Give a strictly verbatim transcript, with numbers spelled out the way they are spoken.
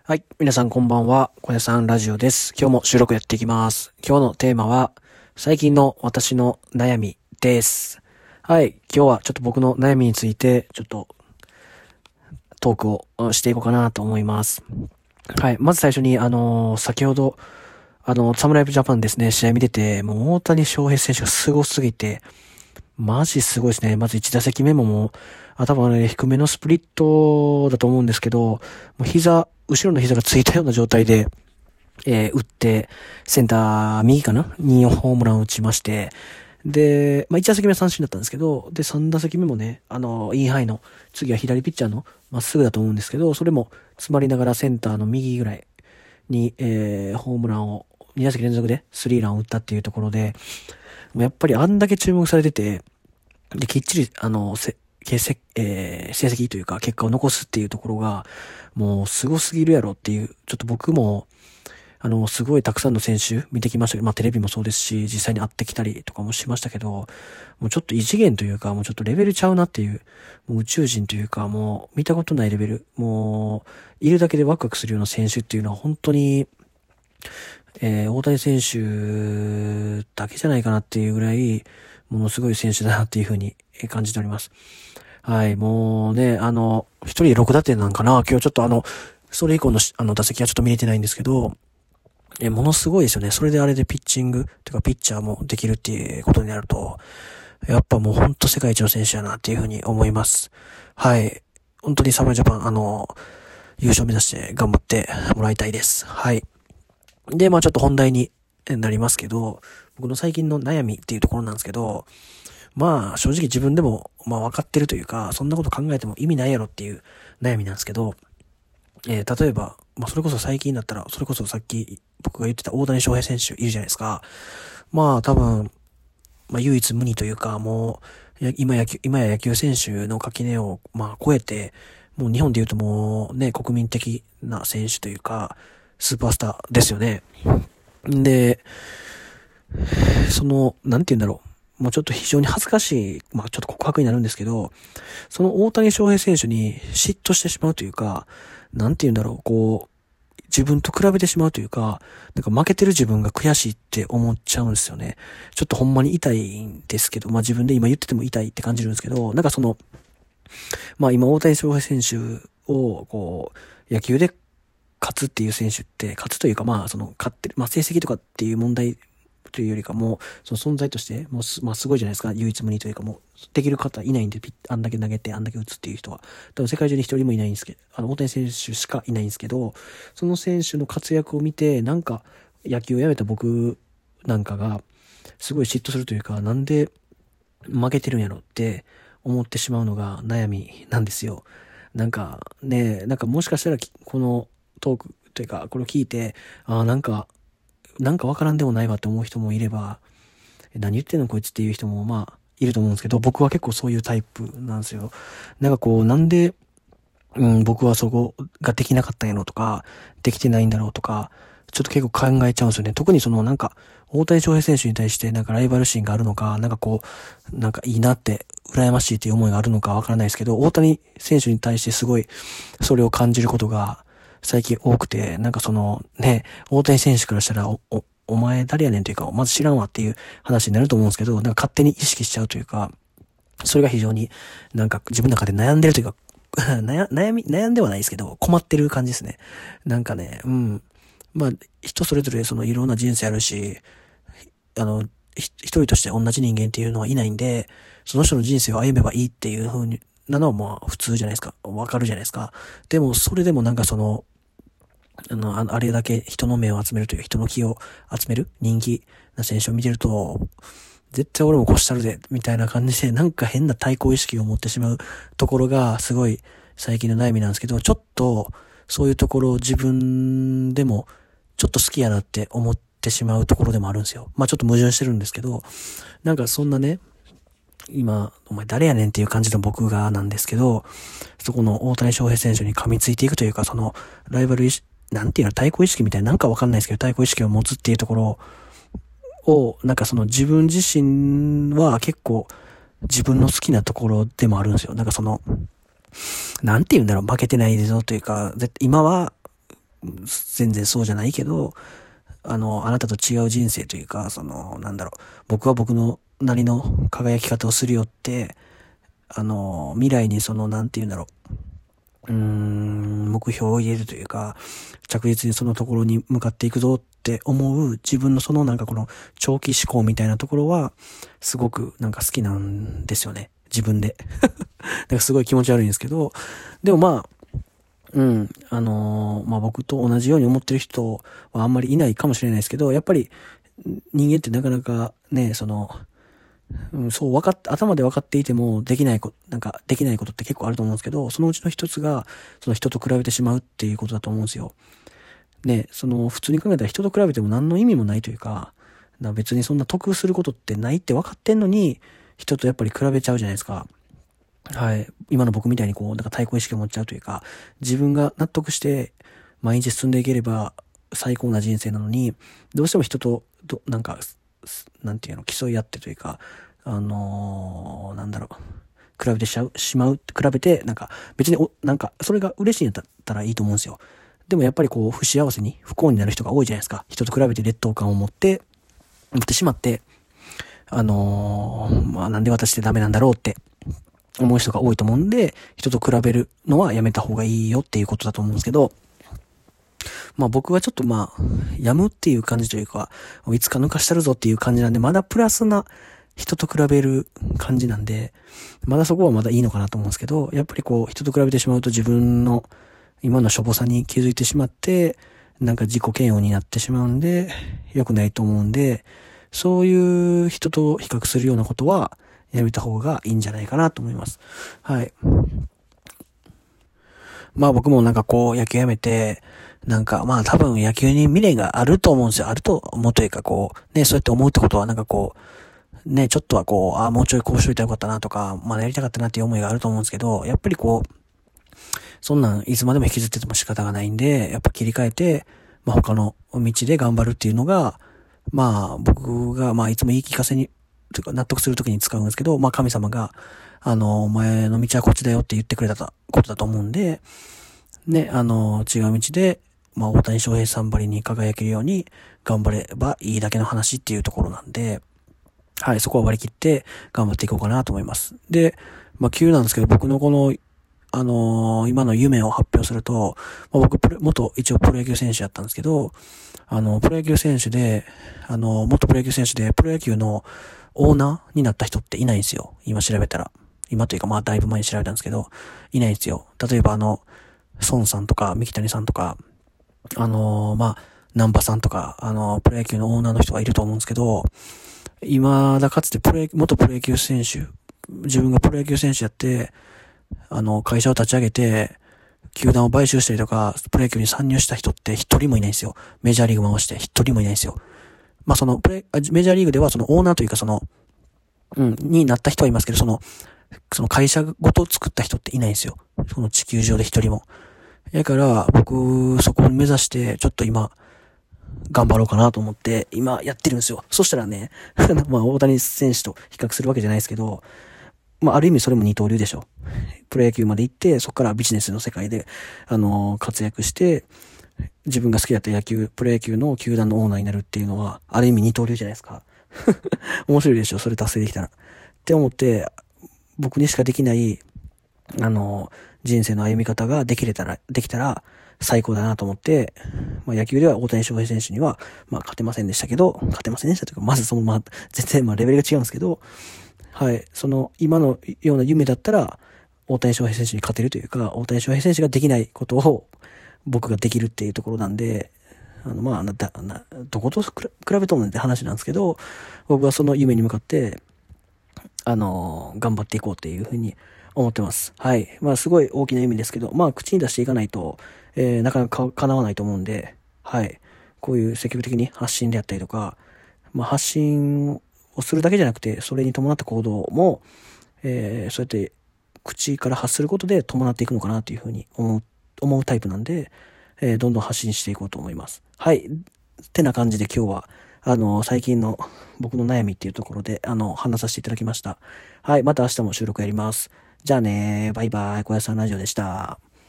はい。皆さんこんばんは。小屋さんラジオです。今日も収録やっていきます。今日のテーマは、最近の私の悩みです。はい。今日はちょっと僕の悩みについて、ちょっと、トークをしていこうかなと思います。はい。まず最初に、あのー、先ほど、あの、サムライブジャパンですね、試合見てて、もう大谷翔平選手がすごすぎて、マジすごいですね。まずいち打席目ももう、頭の、ね、低めのスプリットだと思うんですけど、もう膝、後ろの膝がついたような状態で、えー、打って、センター右かなにホームランを打ちまして、で、まあいち打席目は三振だったんですけど、で、さん打席目もね、あの、インハイの、次は左ピッチャーのまっすぐだと思うんですけど、それも詰まりながらセンターの右ぐらいに、えー、ホームランを、に打席連続でスリーランを打ったっていうところで、もうやっぱりあんだけ注目されてて、で、きっちり、あの、せ、成績、えー、成績というか結果を残すっていうところが、もうすごすぎるやろっていう、ちょっと僕も、あの、すごいたくさんの選手見てきましたけど、まあテレビもそうですし、実際に会ってきたりとかもしましたけど、もうちょっと異次元というか、もうちょっとレベルちゃうなっていう、もう宇宙人というか、もう見たことないレベル、もう、いるだけでワクワクするような選手っていうのは本当に、えー、大谷選手だけじゃないかなっていうぐらい、ものすごい選手だなっていうふうに感じております。はい、もうね、あの、一人でろく打点なんかな。今日ちょっとあの、それ以降のあの打席はちょっと見れてないんですけど、え、ものすごいですよね。それであれでピッチング、とかピッチャーもできるっていうことになると、やっぱもうほんと世界一の選手やなっていうふうに思います。はい。本当にサムライジャパン、あの、優勝目指して頑張ってもらいたいです。はい。で、まあちょっと本題になりますけど、僕の最近の悩みっていうところなんですけど、まあ正直自分でもまあ分かってるというか、そんなこと考えても意味ないやろっていう悩みなんですけど、えー、例えば、まあそれこそ最近だったら、それこそさっき僕が言ってた大谷翔平選手いるじゃないですか。まあ多分、まあ唯一無二というか、もう、今野球、今や野球選手の垣根をまあ超えて、もう日本で言うともうね、国民的な選手というか、スーパースターですよね。で、その、なんて言うんだろう。もうちょっと非常に恥ずかしい、まあちょっと告白になるんですけど、その大谷翔平選手に嫉妬してしまうというか、なんて言うんだろう、こう、自分と比べてしまうというか、なんか負けてる自分が悔しいって思っちゃうんですよね。ちょっとほんまに痛いんですけど、まあ自分で今言ってても痛いって感じるんですけど、なんかその、まあ今大谷翔平選手を、こう、野球で勝つっていう選手って、勝つというかまあその勝ってる、まあ成績とかっていう問題というよりかも、その存在として、もうす、まあすごいじゃないですか。唯一無二というかもう、できる方いないんで、あんだけ投げて、あんだけ打つっていう人は。多分世界中に一人もいないんですけど、あの、大谷選手しかいないんですけど、その選手の活躍を見て、なんか、野球をやめた僕なんかが、すごい嫉妬するというか、なんで負けてるんやろって思ってしまうのが悩みなんですよ。なんかね、なんかもしかしたらこのトークというか、これを聞いて、ああ、なんか、なんかわからんでもないわって思う人もいれば、何言ってんのこいつっていう人もまあ、いると思うんですけど、僕は結構そういうタイプなんですよ。なんかこう、なんで、うん、僕はそこができなかったんやろとか、できてないんだろうとか、ちょっと結構考えちゃうんですよね。特にそのなんか、大谷翔平選手に対してなんかライバル心があるのか、なんかこう、なんかいいなって、羨ましいっていう思いがあるのかわからないですけど、大谷選手に対してすごい、それを感じることが最近多くて、なんかそのね、大谷選手からしたら、お、お、お前誰やねんというか、まず知らんわっていう話になると思うんですけど、なんか勝手に意識しちゃうというか、それが非常になんか自分の中で悩んでるというか、悩、悩み、悩んではないですけど、困ってる感じですね。なんかね、うん。まあ、人それぞれそのいろんな人生あるし、あの、一人として同じ人間っていうのはいないんで、その人の人生を歩めばいいっていう風になのはまあ普通じゃないですか。わかるじゃないですか。でも、それでもなんかその、あの、あれだけ人の目を集めるというか、人の気を集める人気な選手を見てると、絶対俺も越したるで、みたいな感じで、なんか変な対抗意識を持ってしまうところが、すごい最近の悩みなんですけど、ちょっと、そういうところを自分でも、ちょっと好きやなって思ってしまうところでもあるんですよ。まあちょっと矛盾してるんですけど、なんかそんなね、今、お前誰やねんっていう感じの僕がなんですけど、そこの大谷翔平選手に噛みついていくというか、その、ライバル意識、なんていうの、対抗意識みたいな、なんかわかんないですけど、対抗意識を持つっていうところを、なんかその自分自身は結構自分の好きなところでもあるんですよ。なんかその、なんていうんだろう、負けてないぞというか、今は全然そうじゃないけど、あの、あなたと違う人生というか、その、なんだろう、僕は僕のなりの輝き方をするよって、あの、未来にその、なんて言うんだろう、うーん、目標を入れるというか、着実にそのところに向かっていくぞって思う自分のそのなんかこの長期思考みたいなところは、すごくなんか好きなんですよね。自分で。なんかすごい気持ち悪いんですけど、でもまあ、うん、あのーまあ僕と同じように思ってる人はあんまりいないかもしれないですけど、やっぱり人間ってなかなかね、その、うん、そう分かっ、頭で分かっていてもできないこと、なんかできないことって結構あると思うんですけど、そのうちの一つが、その人と比べてしまうっていうことだと思うんですよ。で、その普通に考えたら人と比べても何の意味もないというか、な別にそんな得することってないって分かってんのに、人とやっぱり比べちゃうじゃないですか。はい。今の僕みたいにこう、なんか対抗意識を持っちゃうというか、自分が納得して毎日進んでいければ最高な人生なのに、どうしても人と、どなんか、なんていうの、競い合ってというか、あのー、なんだろう、比べてしちゃう、しまう、比べて、なんか、別にお、なんか、それが嬉しいんだったらいいと思うんですよ。でもやっぱりこう、不幸せに、不幸になる人が多いじゃないですか。人と比べて劣等感を持って、持ってしまって、あのー、まあなんで私ってダメなんだろうって思う人が多いと思うんで、人と比べるのはやめた方がいいよっていうことだと思うんですけど、まあ僕はちょっとまあ、やむっていう感じというか、いつか抜かしたるぞっていう感じなんで、まだプラスな人と比べる感じなんで、まだそこはまだいいのかなと思うんですけど、やっぱりこう人と比べてしまうと自分の今のしょぼさに気づいてしまって、なんか自己嫌悪になってしまうんで、良くないと思うんで、そういう人と比較するようなことはやめた方がいいんじゃないかなと思います。はい。まあ僕もなんかこう野球やめて、なんかまあ多分野球に未練があると思うんですよ。あると思うというかこう、ね、そうやって思うってことはなんかこう、ね、ちょっとはこう、ああ、もうちょいこうしといたらよかったなとか、まあやりたかったなっていう思いがあると思うんですけど、やっぱりこう、そんなんいつまでも引きずってても仕方がないんで、やっぱ切り替えて、まあ他の道で頑張るっていうのが、まあ僕がまあいつも言い聞かせに、というか納得するときに使うんですけど、まあ神様が、あの、お前の道はこっちだよって言ってくれたことだと思うんで、ね、あの、違う道で、まあ大谷翔平さんばりに輝けるように頑張ればいいだけの話っていうところなんで、はい、そこは割り切って頑張っていこうかなと思います。で、まあ急なんですけど、僕のこのあのー、今の夢を発表すると、まあ、僕プロ、元一応プロ野球選手やったんですけど、あの、プロ野球選手で、あの、元プロ野球選手で、プロ野球のオーナーになった人っていないんですよ。今調べたら。今というか、まあ、だいぶ前に調べたんですけど、いないんですよ。例えば、あの、孫さんとか、三木谷さんとか、あのー、まあ、南波さんとか、あの、プロ野球のオーナーの人がいると思うんですけど、今だかつてプロ野、元プロ野球選手、自分がプロ野球選手やって、あの、会社を立ち上げて、球団を買収したりとか、プロ野球に参入した人って一人もいないんですよ。メジャーリーグ回して一人もいないんですよ。まあ、その、プレ、メジャーリーグではそのオーナーというかその、うん、になった人はいますけど、その、その会社ごと作った人っていないんですよ。その地球上で一人も。だから、僕、そこを目指して、ちょっと今、頑張ろうかなと思って、今やってるんですよ。そしたらね、まあ、大谷選手と比較するわけじゃないですけど、まあ、ある意味それも二刀流でしょ。プロ野球まで行って、そこからビジネスの世界で、あのー、活躍して、自分が好きだった野球、プロ野球の球団のオーナーになるっていうのは、ある意味二刀流じゃないですか。面白いでしょ、それ達成できたら。って思って、僕にしかできない、あのー、人生の歩み方ができれたら、できたら、最高だなと思って、まあ野球では大谷翔平選手には、まあ勝てませんでしたけど、勝てませんでしたというか、まずそのまあ、全然まあレベルが違うんですけど、はい。その、今のような夢だったら、大谷翔平選手に勝てるというか、大谷翔平選手ができないことを僕ができるっていうところなんで、あの、まあ、な、な、どこと比べとんねんって話なんですけど、僕はその夢に向かって、あの、頑張っていこうっていうふうに思ってます。はい。まあ、すごい大きな意味ですけど、まあ、口に出していかないと、えー、なかなか叶わないと思うんで、はい。こういう積極的に発信であったりとか、まあ、発信をするだけじゃなくて、それに伴った行動も、えー、そうやって口から発することで伴っていくのかなというふうに思う、思うタイプなんで、えー、どんどん発信していこうと思います。はい。ってな感じで今日は、あの、最近の僕の悩みっていうところで、あの、話させていただきました。はい。また明日も収録やります。じゃあね、バイバイ、小屋さんラジオでした。